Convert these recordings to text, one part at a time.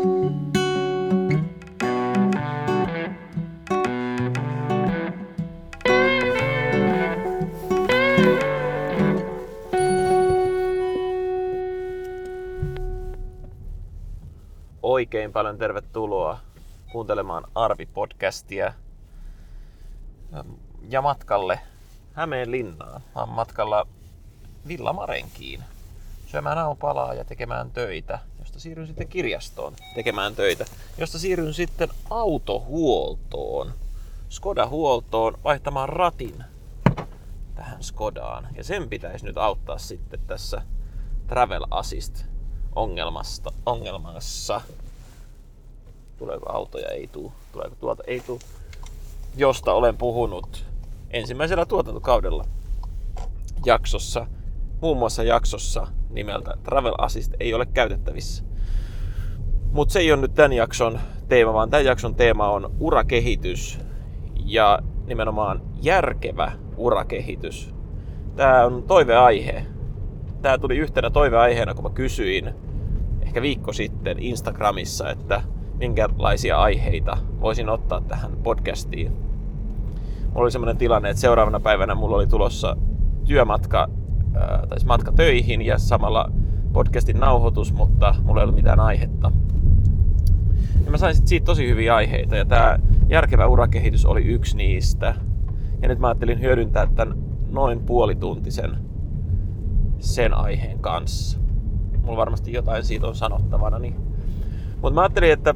Oikein paljon tervetuloa kuuntelemaan Arvi-podcastia ja matkalle Hämeenlinnaan. Mä oon matkalla Villamarenkiin syömään aamupalaa ja tekemään töitä, josta siirryn sitten kirjastoon tekemään töitä, josta siirryn sitten autohuoltoon, Skoda-huoltoon vaihtamaan ratin tähän Skodaan. Ja sen pitäisi nyt auttaa sitten tässä Travel Assist ongelmassa. Tuleeko autoja? Ei tuu. Tuleeko tuolta? Ei tuu. Josta olen puhunut ensimmäisellä tuotantokaudella jaksossa. Muun muassa jaksossa nimeltä Travel Assist ei ole käytettävissä. Mutta se ei ole nyt tämän jakson teema, vaan tämän jakson teema on urakehitys ja nimenomaan järkevä urakehitys. Tää on toiveaihe. Tää tuli yhtenä toiveaiheena, kun mä kysyin ehkä viikko sitten Instagramissa, että minkälaisia aiheita voisin ottaa tähän podcastiin. Mulla oli semmoinen tilanne, että seuraavana päivänä mulla oli tulossa työmatka, tai matka töihin ja samalla podcastin nauhoitus, mutta mulla ei ollut mitään aihetta. Ja mä sain siitä tosi hyviä aiheita ja tää järkevä urakehitys oli yksi niistä. Ja nyt mä ajattelin hyödyntää tämän noin puolituntisen sen aiheen kanssa. Mulla varmasti jotain siitä on sanottavana. Mutta mä ajattelin, että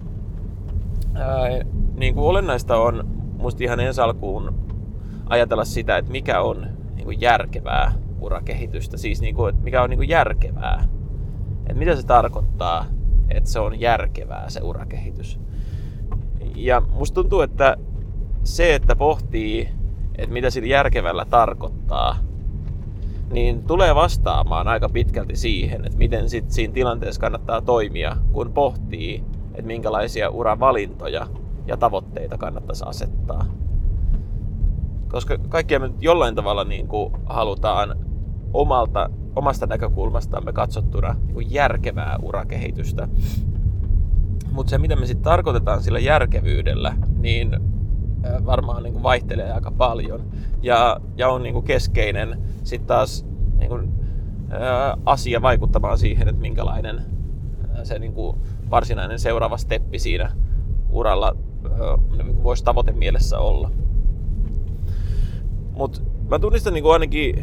niin kuin olennaista on musta ihan ensi alkuun ajatella sitä, että mikä on niin kuin järkevää urakehitystä. Siis niin kuin, että mikä on niin kuin järkevää. Että mitä se tarkoittaa, että se on järkevää se urakehitys. Ja musta tuntuu, että se, että pohtii, että mitä sillä järkevällä tarkoittaa, niin tulee vastaamaan aika pitkälti siihen, että miten sit siinä tilanteessa kannattaa toimia, kun pohtii, että minkälaisia uravalintoja ja tavoitteita kannattaisi asettaa. Koska kaikkia me nyt jollain tavalla niin kuin halutaan omasta näkökulmastamme katsottuna niin kuin järkevää urakehitystä. Mutta se, mitä me sitten tarkoitetaan sillä järkevyydellä, niin varmaan niin kuin vaihtelee aika paljon ja on niin kuin keskeinen sitten taas niin kuin, asia vaikuttamaan siihen, että minkälainen se niin kuin varsinainen seuraava steppi siinä uralla voisi tavoitemielessä olla. Mutta mä tunnistan niin kuin ainakin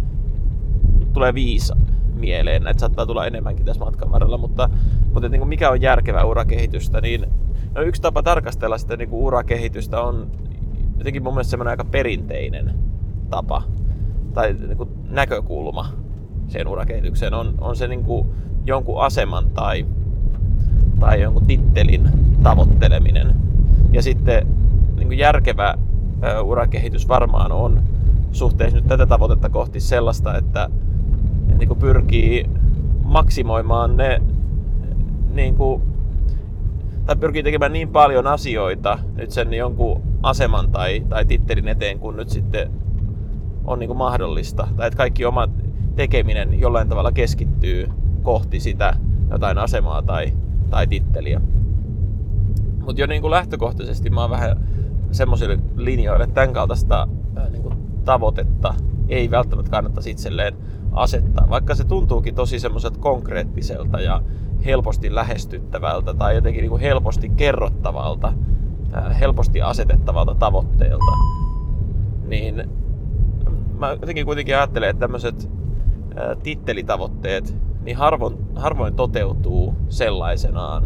tulee 5 mieleen, näitä saattaa tulla enemmänkin tässä matkan varrella, mutta niin kuin mikä on järkevää urakehitystä, niin yksi tapa tarkastella sitä niin kuin urakehitystä on jotenkin mun mielestä semmoinen aika perinteinen tapa tai niin kuin näkökulma siihen urakehitykseen on se niin kuin jonkun aseman tai jonkun tittelin tavoitteleminen. Ja sitten niin kuin järkevä urakehitys varmaan on suhteessa nyt tätä tavoitetta kohti sellaista, että niin kuin pyrkii maksimoimaan ne niin kuin, tai pyrkii tekemään niin paljon asioita nyt sen jonkun aseman tai tittelin eteen, kun nyt sitten on niin kuin mahdollista. Tai että kaikki oma tekeminen jollain tavalla keskittyy kohti sitä jotain asemaa tai titteliä. Mutta jo niin kuin lähtökohtaisesti mä oon vähän semmoisille linjoille, että tämän kaltaista niin kuin tavoitetta ei välttämättä kannattaisi itselleen asettaa. Vaikka se tuntuukin tosi semmoiselta konkreettiselta ja helposti lähestyttävältä tai jotenkin niin kuin helposti kerrottavalta, helposti asetettavalta tavoitteelta, niin mä jotenkin kuitenkin ajattelen, että tämmöiset tittelitavoitteet niin harvoin toteutuu sellaisenaan.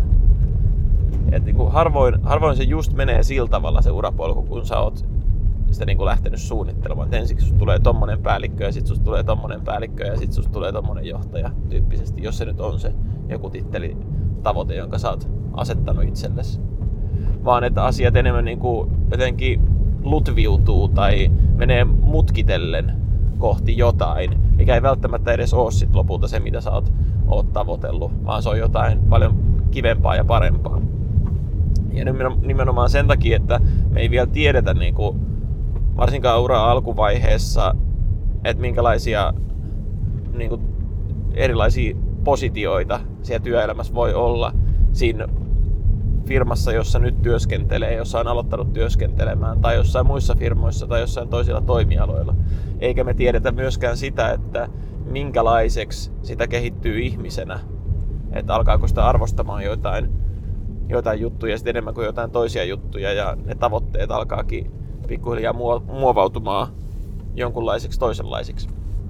Et niin kuin harvoin se just menee sillä tavalla se urapolku, kun sä oot sitä niin kuin lähtenyt suunnittelemaan. Et ensiksi susta tulee tommonen päällikkö ja sit susta tulee tommonen päällikkö ja sit susta tulee tommonen johtaja tyyppisesti, jos se nyt on se joku tittelitavoite, jonka sä oot asettanut itsellesi. Vaan että asiat enemmän niin kuin jotenkin lutviutuu tai menee mutkitellen kohti jotain, mikä ei välttämättä edes ole sit lopulta se, mitä sä oot tavoitellut, vaan se on jotain paljon kivempaa ja parempaa. Ja nimenomaan sen takia, että me ei vielä tiedetä niin kuin, varsinkaan uran alkuvaiheessa, että minkälaisia niin kuin, erilaisia positioita siellä työelämässä voi olla. siinä firmassa, jossa nyt työskentelee, jossa on aloittanut työskentelemään, tai jossain muissa firmoissa tai jossain toisilla toimialoilla. Eikä me tiedetä myöskään sitä, että minkälaiseksi sitä kehittyy ihmisenä. Että alkaako sitä arvostamaan joitain juttuja sitten enemmän kuin jotain toisia juttuja, ja ne tavoitteet alkaakin pikkuhiljaa muovautumaan jonkunlaisiksi toisenlaisiksi.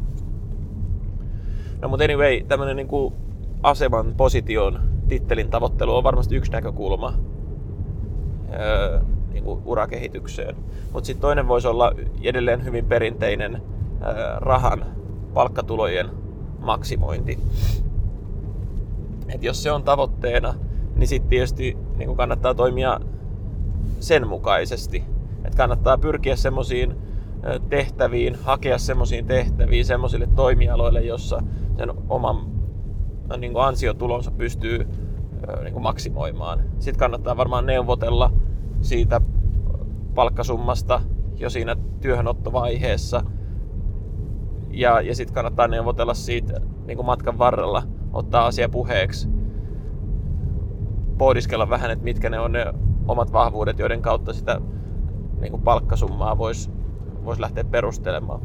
No mutta anyway, tämmönen niinku aseman, position, tittelin tavoittelu on varmasti yksi näkökulma niinku urakehitykseen. Mutta sitten toinen voisi olla edelleen hyvin perinteinen rahan, palkkatulojen maksimointi. Et jos se on tavoitteena, niin sitten tietysti niinku kannattaa toimia sen mukaisesti. Et kannattaa pyrkiä semmoisiin tehtäviin, hakea semmoisiin tehtäviin, semmoisille toimialoille, jossa sen oman niin ansiotulonsa pystyy niin maksimoimaan. Sitten kannattaa varmaan neuvotella siitä palkkasummasta jo siinä työhönottovaiheessa. Ja sitten kannattaa neuvotella siitä niin matkan varrella, ottaa asia puheeksi, pohdiskella vähän, että mitkä ne on ne omat vahvuudet, joiden kautta sitä niin palkkasummaa voisi lähteä perustelemaan.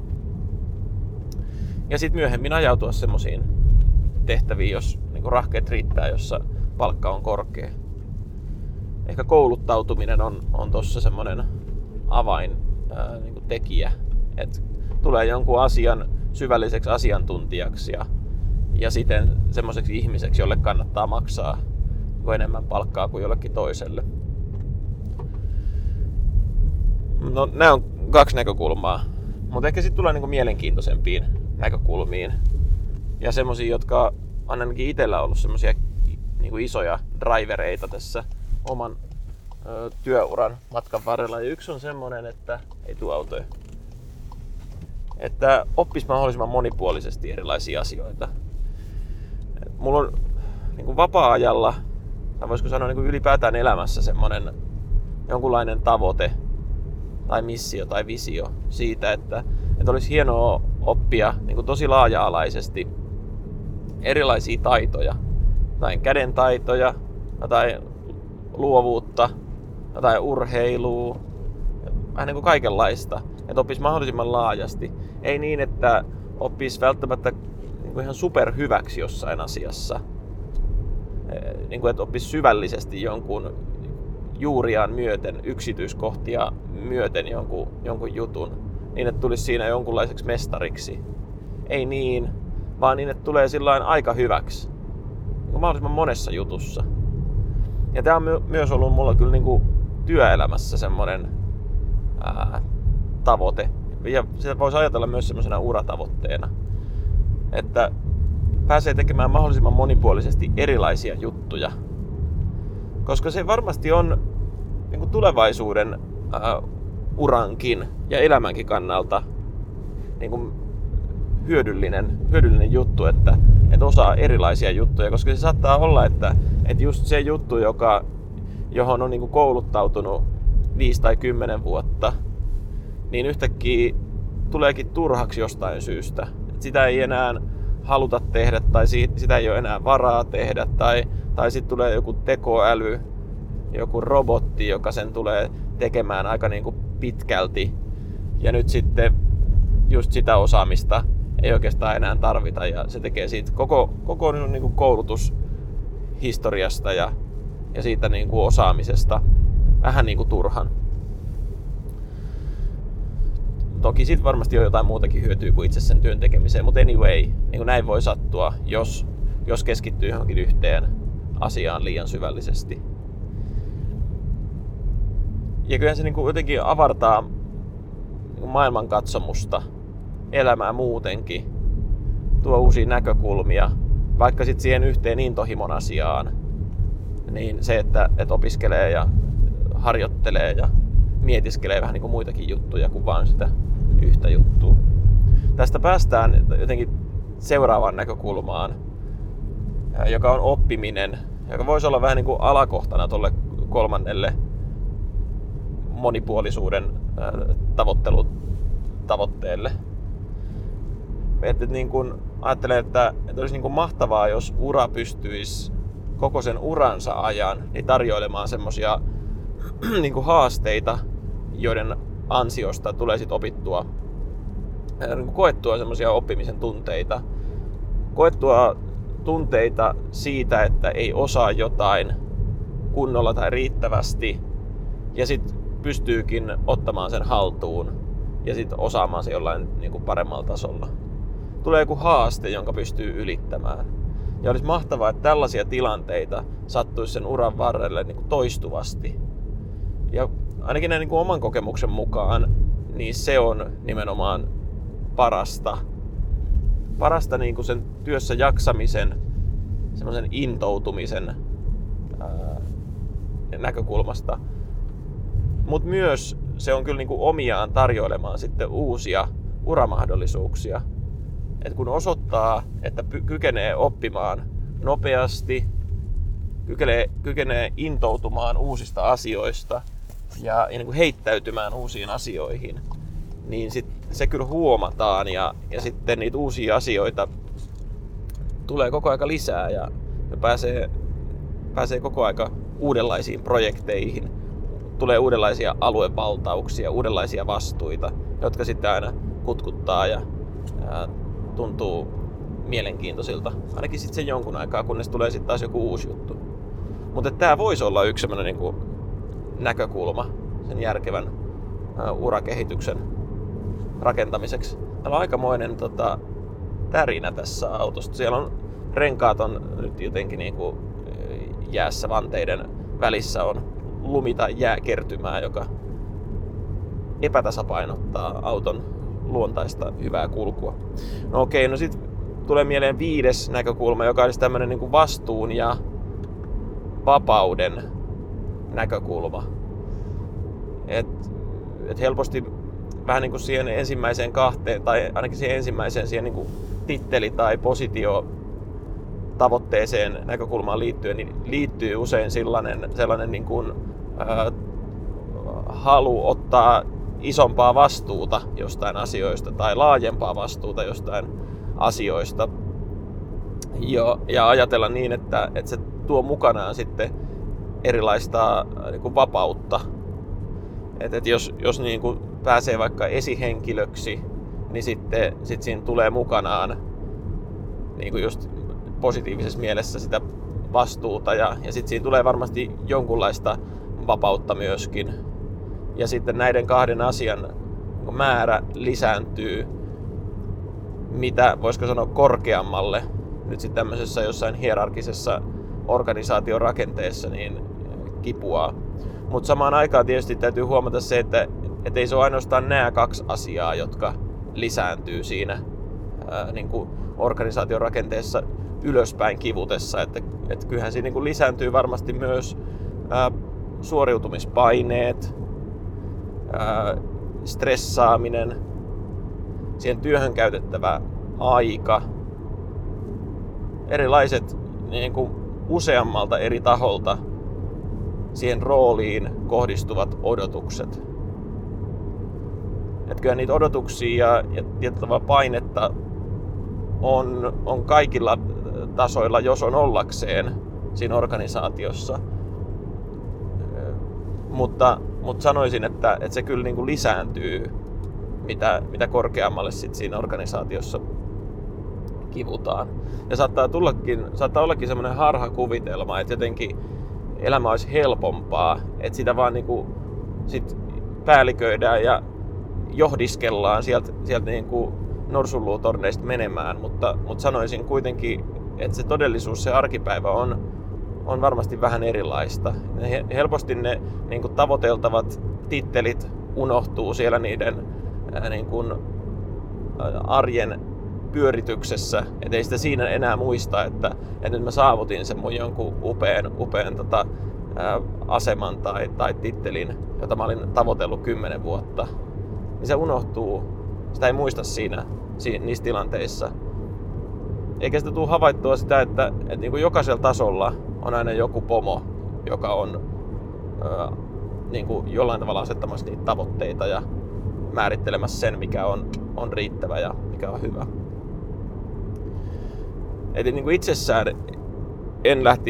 Ja sitten myöhemmin ajautua semmoisiin tehtäviin, jos niin rahkeet riittää, jossa palkka on korkea. Ehkä kouluttautuminen on tossa semmoinen avain niin tekijä, että tulee jonkun asian syvälliseksi asiantuntijaksi ja siten semmoiseksi ihmiseksi, jolle kannattaa maksaa enemmän palkkaa kuin jollekin toiselle. No, nämä on kaksi näkökulmaa, mutta ehkä sitten tulee niinku mielenkiintoisempiin näkökulmiin ja semmosia, jotka on ainakin itsellä ollut semmosia niinku isoja drivereita tässä oman työuran matkan varrella. Ja yksi on semmonen, että ei tule autoja. Että oppisi mahdollisimman monipuolisesti erilaisia asioita. Mulla on niinku vapaa-ajalla, tai voisiko sanoa niinku ylipäätään elämässä semmonen jonkunlainen tavoite tai missio tai visio siitä, että olisi hienoa oppia niin tosi laaja-alaisesti erilaisia taitoja, jotain kädentaitoja, jotain luovuutta, jotain urheilua, vähän niin kuin kaikenlaista, että oppisi mahdollisimman laajasti. Ei niin, että oppisi välttämättä niin kuin ihan superhyväksi jossain asiassa, niin kuin, että oppisi syvällisesti jonkun juuriaan myöten, yksityiskohtia myöten jonkun jutun, niin että tulisi siinä jonkunlaiseksi mestariksi. Ei niin, vaan niin, että tulee sillain aika hyväksi. Niin mahdollisimman monessa jutussa. Ja tämä on myös ollut mulla kyllä niin kuin työelämässä semmoinen tavoite. Ja sitä voisi ajatella myös semmoisena uratavoitteena. Että pääsee tekemään mahdollisimman monipuolisesti erilaisia juttuja. Koska se varmasti on niin kuin tulevaisuuden urankin ja elämänkin kannalta niin kuin hyödyllinen juttu, että osaa erilaisia juttuja. Koska se saattaa olla, että just se juttu, johon on niin kuin kouluttautunut 5 tai 10 vuotta, niin yhtäkkiä tuleekin turhaksi jostain syystä. Et sitä ei enää haluta tehdä tai sitä ei ole enää varaa tehdä tai sitten tulee joku tekoäly, joku robotti, joka sen tulee tekemään aika niin kuin pitkälti. Ja nyt sitten just sitä osaamista ei oikeastaan enää tarvita ja se tekee siitä koko niin kuin koulutushistoriasta ja siitä niin kuin osaamisesta vähän niin kuin turhan. Toki sitten varmasti on jotain muutakin hyötyä kuin itse sen työn tekemiseen, mutta anyway, niin kuin näin voi sattua, jos keskittyy johonkin yhteen asiaan liian syvällisesti. Ja kyllähän se niin kuin jotenkin avartaa niin kuin maailmankatsomusta, elämää muutenkin, tuo uusia näkökulmia, vaikka sitten siihen yhteen intohimon asiaan, niin se, että opiskelee ja harjoittelee ja mietiskelee vähän niin kuin muitakin juttuja kuin vaan sitä yhtä juttua. Tästä päästään jotenkin seuraavaan näkökulmaan, joka on oppiminen, joka voisi olla vähän niin kuin alakohtana tuolle kolmannelle monipuolisuuden tavoitteelle. Että niin kuin ajattelen, että olisi niin kuin mahtavaa, jos ura pystyisi koko sen uransa ajan niin tarjoilemaan semmosia niin kuin haasteita, joiden ansiosta tulee sit opittua, niin kuin koettua semmosia oppimisen tunteita. Koettua tunteita siitä, että ei osaa jotain kunnolla tai riittävästi ja sit pystyykin ottamaan sen haltuun ja sit osaamaan se jollain niin kuin paremmalla tasolla. Tulee joku haaste, jonka pystyy ylittämään. Ja olisi mahtavaa, että tällaisia tilanteita sattuisi sen uran varrelle niin kuin toistuvasti. Ja ainakin näin niin kuin oman kokemuksen mukaan, niin se on nimenomaan parasta niin kuin sen työssä jaksamisen, semmoisen intoutumisen näkökulmasta. Mutta myös se on kyllä niin kuin omiaan tarjoilemaan sitten uusia uramahdollisuuksia. Et kun osoittaa, että kykenee oppimaan nopeasti, kykenee intoutumaan uusista asioista ja niin kuin heittäytymään uusiin asioihin, niin se kyllä huomataan ja sitten niitä uusia asioita tulee koko aika lisää ja pääsee koko aika uudenlaisiin projekteihin. Tulee uudenlaisia aluevaltauksia, uudenlaisia vastuita, jotka sitten aina kutkuttaa ja tuntuu mielenkiintoisilta. Ainakin sitten sen jonkun aikaa, kunnes tulee sitten taas joku uusi juttu. Mutta tämä voisi olla yksi sellainen niinku näkökulma sen järkevän urakehityksen rakentamiseksi. Täällä on aikamoinen tärinä tässä autosta. Siellä on renkaat on nyt jotenkin niinku jäässä vanteiden välissä on lumi- tai jääkertymää, joka epätasapainottaa auton luontaista hyvää kulkua. No okei, no sit tulee mieleen 5. näkökulma, joka olisi tämmönen niin kuin vastuun ja vapauden näkökulma. Et helposti vähän niin kuin siihen ensimmäiseen 2, tai ainakin siihen ensimmäiseen siihen niin kuin titteli- tai positio tavoitteeseen näkökulmaan liittyen, niin liittyy usein sellainen niin kuin, halu ottaa isompaa vastuuta jostain asioista tai laajempaa vastuuta jostain asioista ja ajatella niin, että se tuo mukanaan sitten erilaista niin kuin vapautta. Et jos niin kuin pääsee vaikka esihenkilöksi, niin sitten siinä tulee mukanaan niin kuin just positiivisessa mielessä sitä vastuuta ja sitten siinä tulee varmasti jonkunlaista vapautta myöskin. Ja sitten näiden 2 asian määrä lisääntyy, mitä voisiko sanoa korkeammalle nyt sitten tämmöisessä jossain hierarkisessa organisaatiorakenteessa niin kipuaa. Mutta samaan aikaan tietysti täytyy huomata se, että ei se ole ainoastaan nämä 2 asiaa, jotka lisääntyy siinä niin kuin organisaatiorakenteessa ylöspäin kivutessa. Että kyllähän siinä niin kuin lisääntyy varmasti myös suoriutumispaineet, stressaaminen, siihen työhön käytettävä aika, erilaiset niin kuin useammalta eri taholta siihen rooliin kohdistuvat odotukset. Että kyllä niitä odotuksia ja tietyllä painetta on kaikilla tasoilla, jos on ollakseen siinä organisaatiossa. Mutta sanoisin, että se kyllä niin kuin lisääntyy, mitä korkeammalle sit siinä organisaatiossa kivutaan. Ja saattaa ollakin semmoinen harhakuvitelma, että jotenkin elämä olisi helpompaa, että sitä vaan niin kuin sit päälliköidään ja johdiskellaan sieltä niin kuin norsunluutorneista menemään, mutta sanoisin kuitenkin, että se todellisuus, se arkipäivä on varmasti vähän erilaista. Helposti ne niin kuin tavoiteltavat tittelit unohtuu siellä niiden niin kuin arjen pyörityksessä, et ei sitä siinä enää muista, että nyt mä saavutin sen mun jonkun upean aseman tai tittelin, jota mä olin tavoitellut 10 vuotta. Niin se unohtuu, sitä ei muista niissä tilanteissa. Eikä sitä tule havaittua sitä, että niin kuin jokaisella tasolla on aina joku pomo, joka on niin kuin jollain tavalla asettamassa niitä tavoitteita ja määrittelemässä sen, mikä on riittävä ja mikä on hyvä. Eli niin kuin itsessään en lähtisi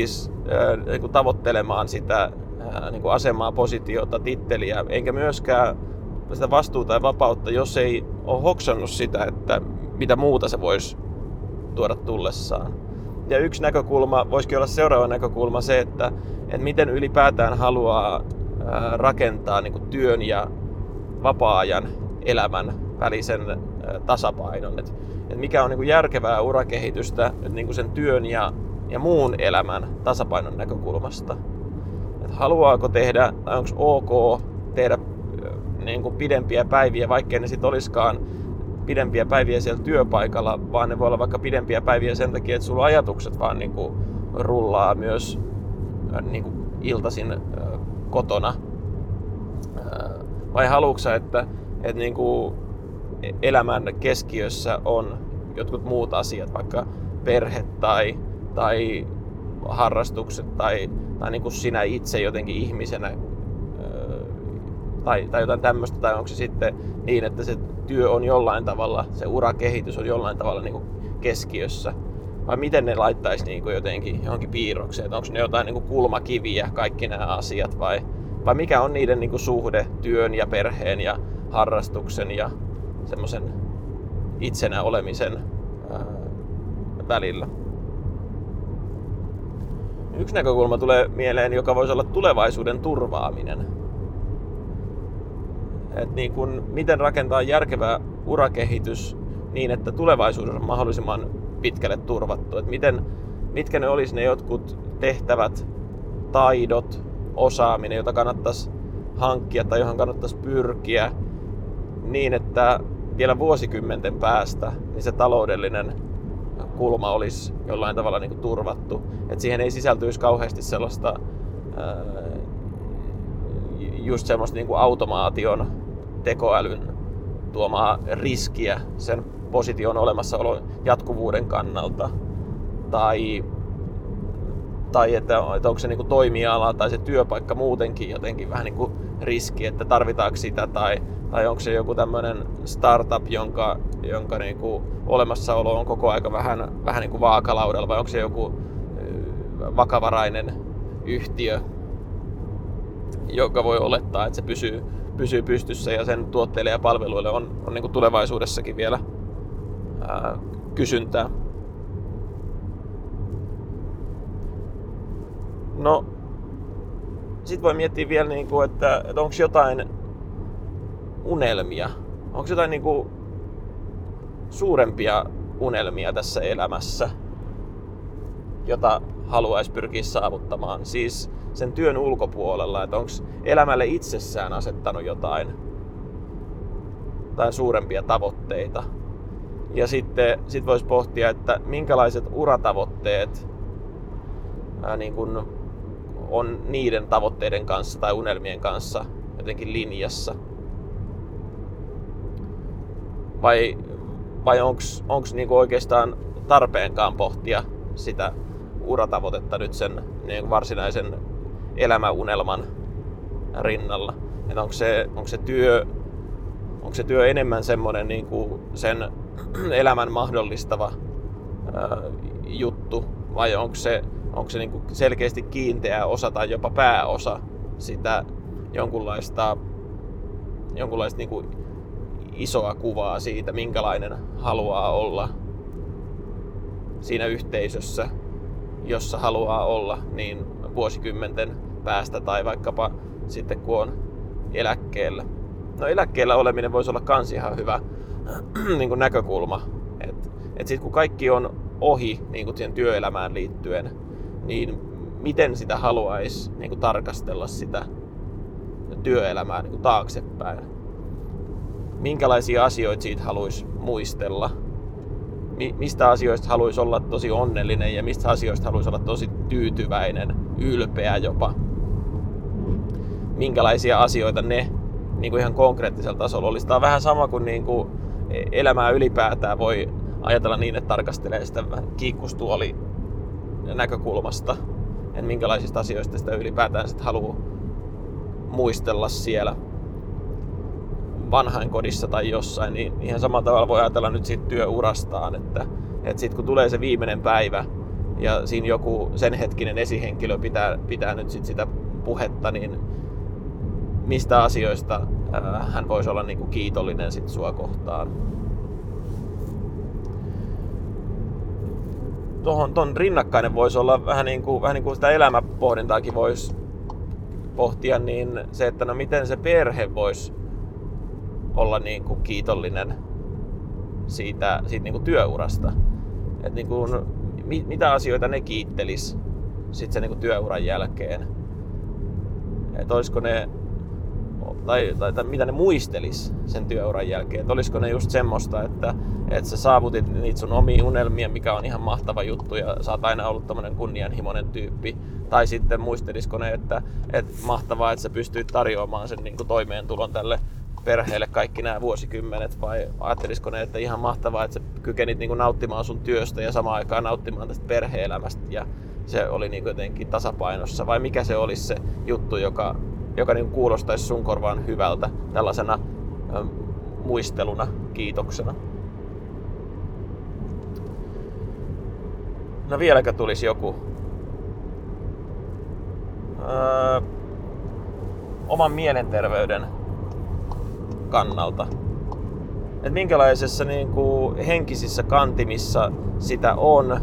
niin kuin tavoittelemaan sitä niin kuin asemaa, positiota, titteliä, enkä myöskään sitä vastuuta ja vapautta, jos ei ole hoksannut sitä, että mitä muuta se voisi tuoda tullessaan. Ja yksi näkökulma voisikin olla seuraava näkökulma se, että miten ylipäätään haluaa rakentaa niin kuin työn ja vapaa-ajan elämän välisen tasapainon. Et mikä on niin kuin järkevää urakehitystä niin kuin sen työn ja muun elämän tasapainon näkökulmasta. Et haluaako tehdä, tai onko ok tehdä niin kuin pidempiä päiviä, vaikkei ne sitten olisikaan pidempiä päiviä siellä työpaikalla, vaan ne voi olla vaikka pidempiä päiviä sen takia, että sulla ajatukset vaan niin kuin rullaa myös niin kuin iltaisin kotona. Vai haluatko että niin kuin elämän keskiössä on jotkut muut asiat, vaikka perhe tai harrastukset tai niin kuin sinä itse jotenkin ihmisenä tai jotain tämmöistä, tai onko se sitten niin, että se työ on jollain tavalla, se urakehitys on jollain tavalla niin kuin keskiössä, vai miten ne laittaisi niin kuin jotenkin johonkin piirrokseen, että onko ne jotain niin kuin kulmakiviä, kaikki nämä asiat, vai mikä on niiden niin kuin suhde työn ja perheen ja harrastuksen ja semmoisen itsenä olemisen välillä. Yksi näkökulma tulee mieleen, joka voisi olla tulevaisuuden turvaaminen. Et niin kun, miten rakentaa järkevä urakehitys niin, että tulevaisuus on mahdollisimman pitkälle turvattu. Et mitkä ne olisi ne jotkut tehtävät, taidot, osaaminen, jota kannattaisi hankkia tai johon kannattaisi pyrkiä niin, että vielä vuosikymmenten päästä niin se taloudellinen kulma olisi jollain tavalla niin kuin turvattu. Et siihen ei sisältyisi kauheasti sellaista just semmoista niin kuin automaation, tekoälyn tuomaa riskiä sen position olemassaolon jatkuvuuden kannalta. Tai että onko se niin kuin toimiala tai se työpaikka muutenkin jotenkin vähän niin kuin riski, että tarvitaanko sitä, tai onko se joku tämmöinen startup, jonka niin kuin olemassaolo on koko aika vähän niin kuin vaakalaudalla, vai onko se joku vakavarainen yhtiö, joka voi olettaa, että se pysyy pystyssä ja sen tuotteille ja palveluille on niin kuin tulevaisuudessakin vielä kysyntää. No, sit voi miettiä vielä, niin kuin, että onko jotain unelmia, onko jotain niin kuin suurempia unelmia tässä elämässä, jota haluaisi pyrkiä saavuttamaan. Siis sen työn ulkopuolella, että onko elämälle itsessään asettanut jotain suurempia tavoitteita. Ja sitten voisi pohtia, että minkälaiset uratavoitteet niin kun on niiden tavoitteiden kanssa tai unelmien kanssa jotenkin linjassa. Vai onko niinku oikeastaan tarpeenkaan pohtia sitä uratavoitetta nyt sen niin varsinaisen elämäunelman rinnalla. Että onko se työ enemmän semmoinen niin kuin sen elämän mahdollistava juttu, vai onko se niin kuin selkeästi kiinteä osa tai jopa pääosa sitä jonkunlaista niin kuin isoa kuvaa siitä, minkälainen haluaa olla siinä yhteisössä, jossa haluaa olla niin vuosikymmenten päästä tai vaikkapa sitten kun on eläkkeellä. No eläkkeellä oleminen voisi olla kans ihan hyvä niin kuin näkökulma. Et sit kun kaikki on ohi niin kuin siihen työelämään liittyen, niin miten sitä haluaisi niin kuin tarkastella sitä työelämää niin kuin taaksepäin? Minkälaisia asioita siitä haluaisi muistella? Mistä asioista haluaisi olla tosi onnellinen ja mistä asioista haluaisi olla tosi tyytyväinen, ylpeä jopa? Minkälaisia asioita ne niin kuin ihan konkreettisella tasolla olisi? Tämä on vähän sama kuin, elämää ylipäätään voi ajatella niin, että tarkastelee sitä kiikkustuoli näkökulmasta. Ja minkälaisista asioista sitä ylipäätään sitten haluaa muistella siellä vanhainkodissa tai jossain, niin ihan samalla tavalla voi ajatella nyt siitä työurastaan, että sitten kun tulee se viimeinen päivä ja siinä joku sen hetkinen esihenkilö pitää nyt sit sitä puhetta, niin mistä asioista hän voisi olla niinku kiitollinen sit sua kohtaan. Ton rinnakkainen voisi olla vähän niin kuin sitä elämäpohdintaakin voisi pohtia, niin se, että no miten se perhe voisi olla niin kuin kiitollinen siitä niin kuin työurasta. Et niin kuin, mitä asioita ne kiittelis sit sen niin kuin työuran jälkeen. Et olisiko ne, tai mitä ne muistelis sen työuran jälkeen. Et olisiko ne just semmoista, että sä saavutit niitä sun omia unelmia, mikä on ihan mahtava juttu ja sä oot aina ollut tommonen kunnianhimoinen tyyppi. Tai sitten muistelisiko ne, että mahtavaa, että sä pystyit tarjoamaan sen niin kuin toimeentulon tälle perheelle kaikki nämä vuosikymmenet, vai ajattelisiko ne, että ihan mahtavaa, että sä kykenit niin kuin nauttimaan sun työstä ja samaan aikaan nauttimaan tästä perhe-elämästä ja se oli niin kuin jotenkin tasapainossa, vai mikä se olisi se juttu, joka niin kuin kuulostaisi sun korvaan hyvältä tällaisena muisteluna, kiitoksena. No vieläkö tulisi joku? Oman mielenterveyden kannalta. Et minkälaisessa niin kuin henkisissä kantimissa sitä on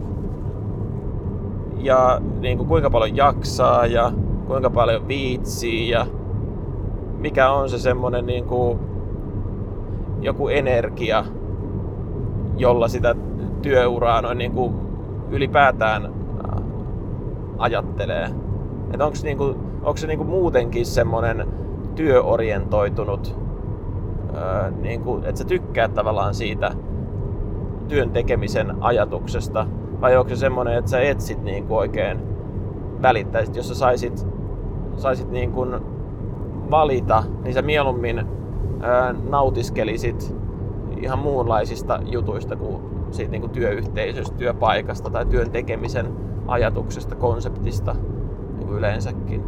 ja niin kuin kuinka paljon jaksaa ja kuinka paljon viitsii ja mikä on se semmonen niin kuin joku energia, jolla sitä työuraa noin niin kuin ylipäätään ajattelee. Et onko se niinku muutenkin semmonen työorientoitunut, niinku, että sä tykkäät tavallaan siitä työn tekemisen ajatuksesta, vai onko se semmonen, että sä etsit niinku oikein välittäisit, jos sä saisit niinku valita, niin sä mieluummin nautiskelisit ihan muunlaisista jutuista kuin siitä niinku työyhteisöstä, työpaikasta tai työn tekemisen ajatuksesta, konseptista niin kuin yleensäkin.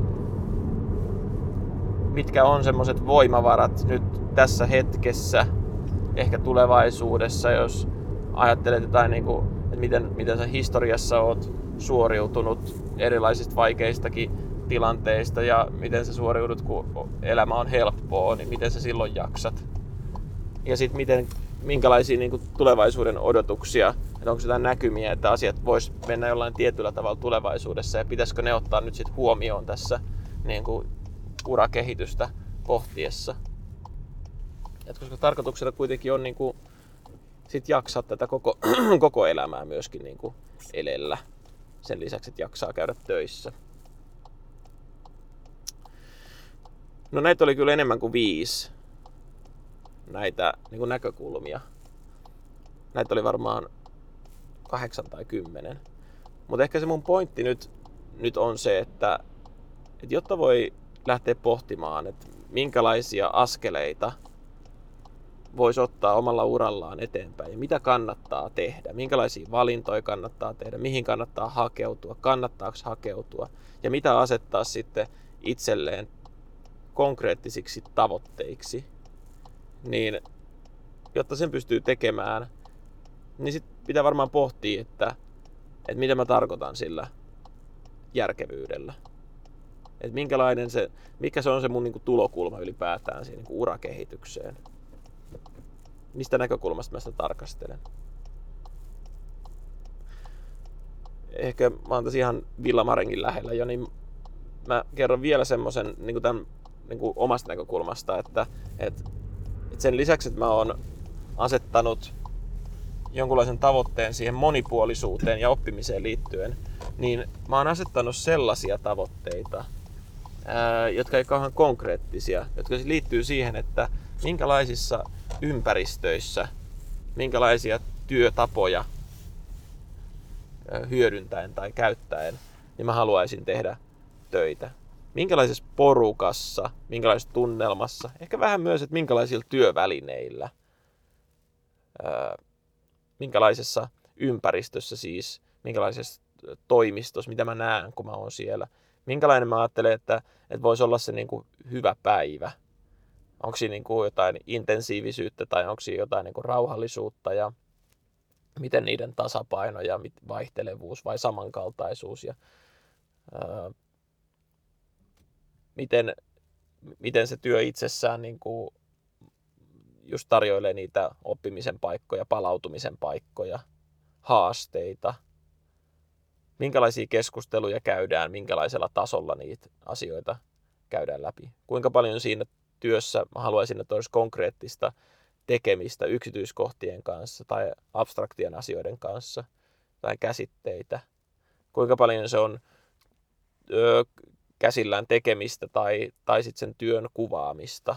Mitkä on semmoiset voimavarat nyt tässä hetkessä, ehkä tulevaisuudessa, jos ajattelet jotain, niin kuin, että miten sä historiassa oot suoriutunut erilaisista vaikeistakin tilanteista ja miten sä suoriudut, kun elämä on helppoa, niin miten sä silloin jaksat. Ja sitten minkälaisia niin kuin tulevaisuuden odotuksia, että onko jotain näkymiä, että asiat vois mennä jollain tietyllä tavalla tulevaisuudessa ja pitäisikö ne ottaa nyt sit huomioon tässä niin kuin urakehitystä pohtiessa. Et koska tarkoituksena kuitenkin on niin kuin sit jaksaa tätä koko elämää myöskin niin kuin elellä. Sen lisäksi, että jaksaa käydä töissä. No näitä oli kyllä enemmän kuin 5 näitä niin kuin näkökulmia. Näitä oli varmaan 8 tai 10. Mutta ehkä se mun pointti nyt on se, että jotta voi lähteä pohtimaan, että minkälaisia askeleita voisi ottaa omalla urallaan eteenpäin ja mitä kannattaa tehdä, minkälaisia valintoja kannattaa tehdä, mihin kannattaa hakeutua, kannattaako hakeutua ja mitä asettaa sitten itselleen konkreettisiksi tavoitteiksi, niin jotta sen pystyy tekemään, niin sit pitää varmaan pohtia, että mitä mä tarkoitan sillä järkevyydellä. Että mikä se on se mun niinku tulokulma ylipäätään siihen niinku urakehitykseen. Mistä näkökulmasta mä sitä tarkastelen. Ehkä mä oon tässä ihan Villamarenkin lähellä jo, niin mä kerron vielä semmosen niinku tämän niinku omasta näkökulmasta, että sen lisäksi, että mä oon asettanut jonkunlaisen tavoitteen siihen monipuolisuuteen ja oppimiseen liittyen, niin mä oon asettanut sellaisia tavoitteita, jotka ei kauhean konkreettisia, jotka liittyy siihen, että minkälaisissa ympäristöissä, minkälaisia työtapoja hyödyntäen tai käyttäen, niin mä haluaisin tehdä töitä. Minkälaisessa porukassa, minkälaisessa tunnelmassa, ehkä vähän myös, että minkälaisilla työvälineillä, minkälaisessa ympäristössä siis, minkälaisessa toimistossa, mitä mä näen, kun mä oon siellä. Minkälainen mä ajattelen, että voisi olla se niin kuin hyvä päivä. Onko siinä niin kuin jotain intensiivisyyttä tai onko siinä jotain niin kuin rauhallisuutta. Ja miten niiden tasapaino ja vaihtelevuus vai samankaltaisuus ja miten se työ itsessään niin kuin just tarjoilee niitä oppimisen paikkoja, palautumisen paikkoja, haasteita, minkälaisia keskusteluja käydään, minkälaisella tasolla niitä asioita käydään läpi. Kuinka paljon siinä työssä mä haluaisin, että olisi konkreettista tekemistä yksityiskohtien kanssa tai abstraktien asioiden kanssa tai käsitteitä. Kuinka paljon se on käsillään tekemistä tai sitten sen työn kuvaamista.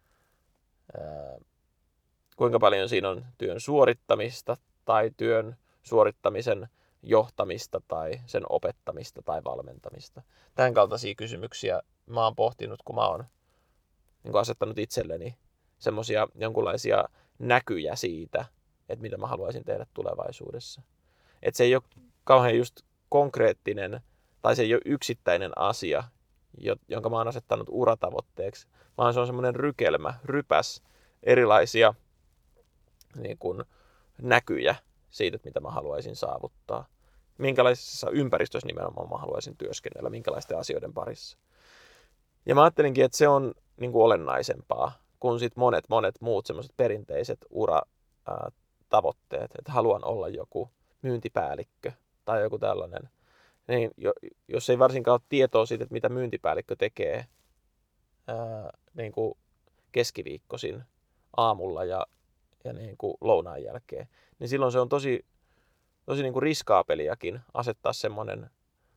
Kuinka paljon siinä on työn suorittamista tai työn suorittamisen johtamista tai sen opettamista tai valmentamista. Tämän kaltaisia kysymyksiä mä oon pohtinut, kun mä oon niin kuin asettanut itselleni semmoisia jonkunlaisia näkyjä siitä, että mitä mä haluaisin tehdä tulevaisuudessa. Että se ei ole kauhean just konkreettinen tai se ei ole yksittäinen asia, jonka mä oon asettanut uratavoitteeksi, vaan se on semmoinen rypäs erilaisia niin kuin näkyjä siitä, että mitä mä haluaisin saavuttaa. Minkälaisessa ympäristössä nimenomaan mä haluaisin työskennellä, minkälaisten asioiden parissa. Ja mä ajattelinkin, että se on niin kuin olennaisempaa kuin sit monet muut semmoiset perinteiset uratavoitteet, että haluan olla joku myyntipäällikkö tai joku tällainen. Niin, jos ei varsinkaan ole tietoa siitä, että mitä myyntipäällikkö tekee niin kuin keskiviikkoisin aamulla ja niin kuin lounaan jälkeen, niin silloin se on tosi niin kuin riskaapeliakin asettaa semmoinen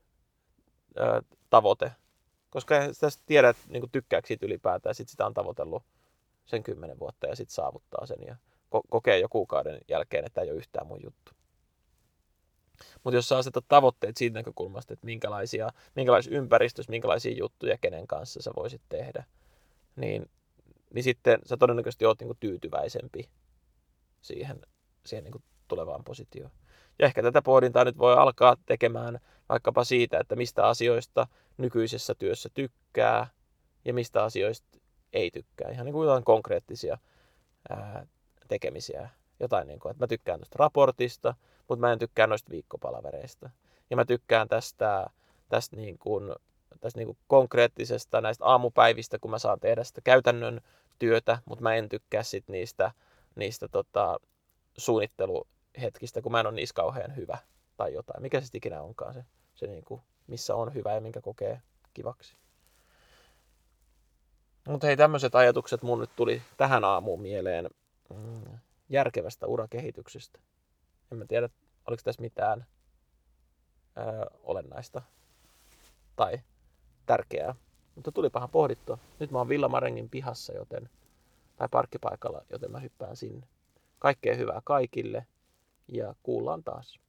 tavoite. Koska tästä tiedät, että niin kuin tykkääkö siitä ylipäätään, sit sitä on tavoitellut sen 10 vuotta ja sitten saavuttaa sen ja kokee jo kuukauden jälkeen, että ei ole yhtään mun juttu. Mutta jos sä asetat tavoitteet siitä näkökulmasta, että minkälaisessa ympäristössä, minkälaisia juttuja, kenen kanssa sä voisit tehdä, niin sitten sä todennäköisesti oot niinku tyytyväisempi siihen niinku tulevaan positioon. Ja ehkä tätä pohdintaa nyt voi alkaa tekemään vaikkapa siitä, että mistä asioista nykyisessä työssä tykkää ja mistä asioista ei tykkää. Ihan niin kuin jotain konkreettisia tekemisiä. Jotain niin kuin, että mä tykkään tuosta raportista, mutta mä en tykkää noista viikkopalavereista. Ja mä tykkään tästä niin kuin konkreettisesta näistä aamupäivistä, kun mä saan tehdä sitä käytännön työtä, mutta mä en tykkää sit niistä suunnitteluhetkistä, kun mä en ole niissä kauhean hyvä tai jotain. Mikä se ikinä onkaan se niin kuin, missä on hyvä ja minkä kokee kivaksi. Mutta hei, tämmöiset ajatukset mun nyt tuli tähän aamuun mieleen järkevästä urakehityksestä. En mä tiedä, oliko tässä mitään olennaista tai tärkeää. Mutta tulipahan pohdittua. Nyt mä oon Villamarengin pihassa, tai parkkipaikalla, joten mä hyppään sinne. Kaikkea hyvää kaikille ja kuullaan taas.